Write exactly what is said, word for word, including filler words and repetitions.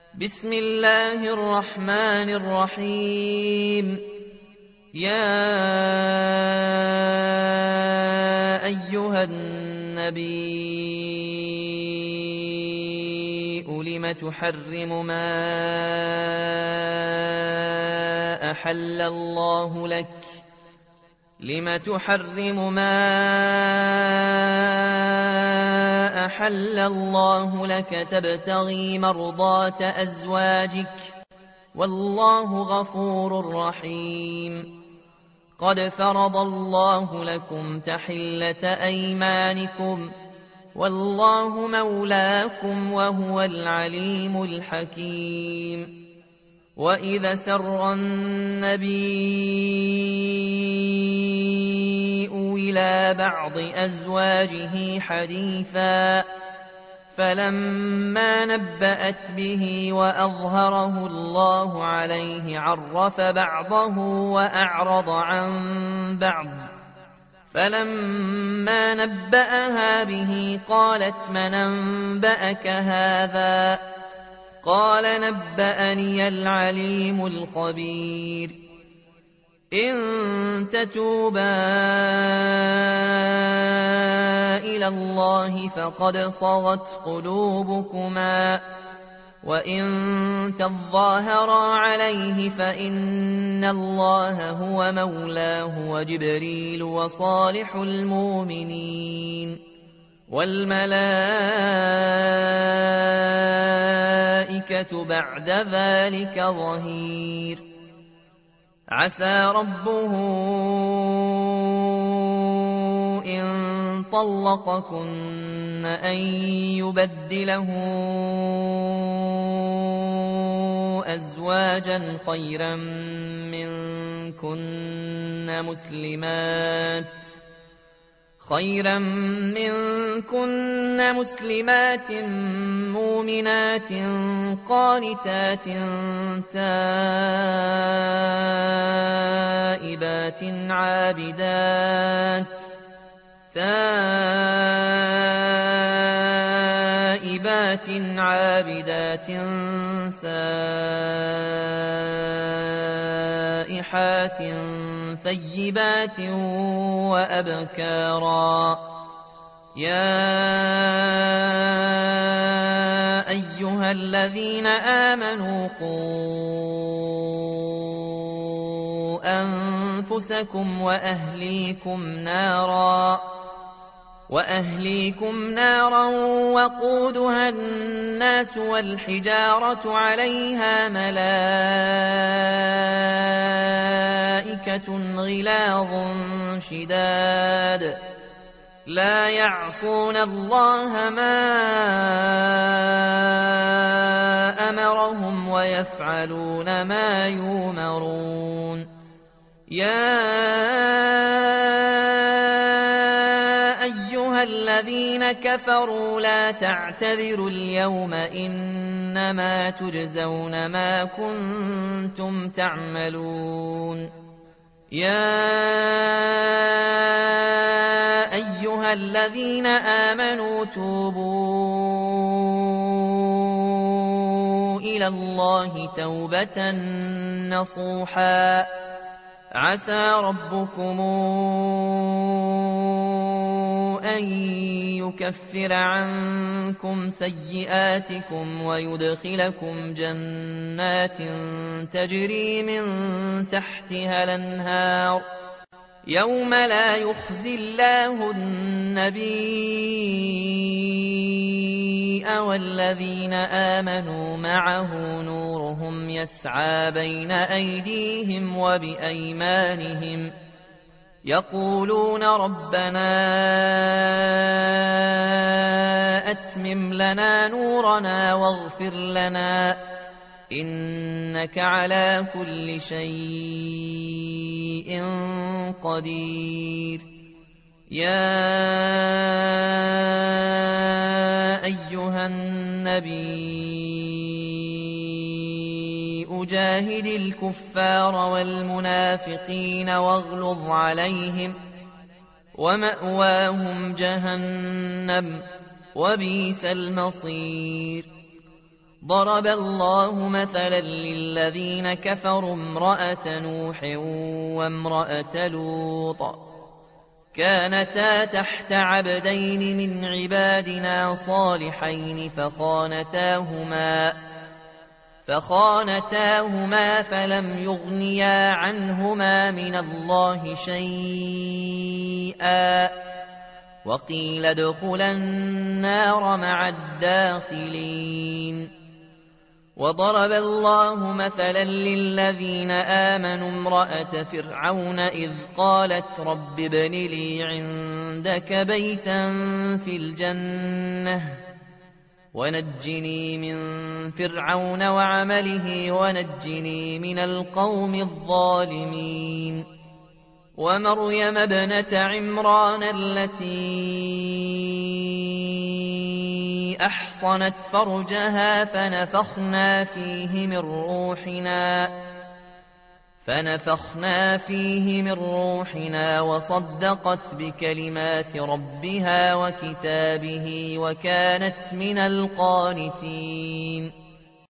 بسم الله الرحمن الرحيم. يا أيها النبي لم تحرم ما أحل الله لك لم تحرم ما أحل الله لك تبتغي مرضات أزواجك والله غفور رحيم. قد فرض الله لكم تحلة أيمانكم والله مولاكم وهو العليم الحكيم. وإذا سر النبي إلى بعض أزواجه حديثا فلما نبأت به وأظهره الله عليه عرف بعضه وأعرض عن بعض. فلما نبأها به قالت من أنبأك هذا؟ قال نبأني العليم الخبير. إن تتوبا إلى الله فقد صغت قلوبكما وإن تظاهرا عليه فإن الله هو مولاه وجبريل وصالح المؤمنين والملائكة بعد ذلك ظهير. عسى ربه إن طلقكن أن يبدله أزواجا خيرا منكن مسلمات خيرا منكن مسلمات مؤمنات قانتات تائبات عابدات تائبات عابدات سائحات ثيبات وأبكارا. يا أيها الذين آمنوا قوا أنفسكم وأهليكم نارا وأهليكم نارا وقودها الناس والحجارة عليها ملائكة غلاظ شداد لا يعصون الله ما أمرهم ويفعلون ما يؤمرون. يا أيها الذين كفروا لا تعتذروا اليوم إنما تجزون ما كنتم تعملون. يا أيها الذين آمنوا توبوا إلى الله توبة نصوحا عسى ربكم أن يكفر عنكم سيئاتكم ويدخلكم جنات تجري من تحتها الأنهار يوم لا يخزي الله النبي والذين آمنوا معه نورهم يسعى بين أيديهم وبأيمانهم يقولون ربنا أتمم لنا نورنا واغفر لنا إنك على كل شيء قدير. يا أيها النبي أجاهد الكفار والمنافقين واغلظ عليهم ومأواهم جهنم وبئس المصير. ضرب الله مثلا للذين كفروا امرأة نوح وامرأة لوط كانتا تحت عبدين من عبادنا صالحين فخانتاهما فخانتاهما فلم يغنيا عنهما من الله شيئا وقيل ادخلا النار مع الداخلين وضرب الله مثلا للذين آمنوا امرأة فرعون إذ قالت رب ابن لي عندك بيتا في الجنة ونجني من فرعون وعمله ونجني من القوم الظالمين ومريم ابنة عمران التي أحصنت فرجها فنفخنا فيه من روحنا فنفخنا فيه من روحنا وصدقت بكلمات ربها وكتابه وكانت من القانتين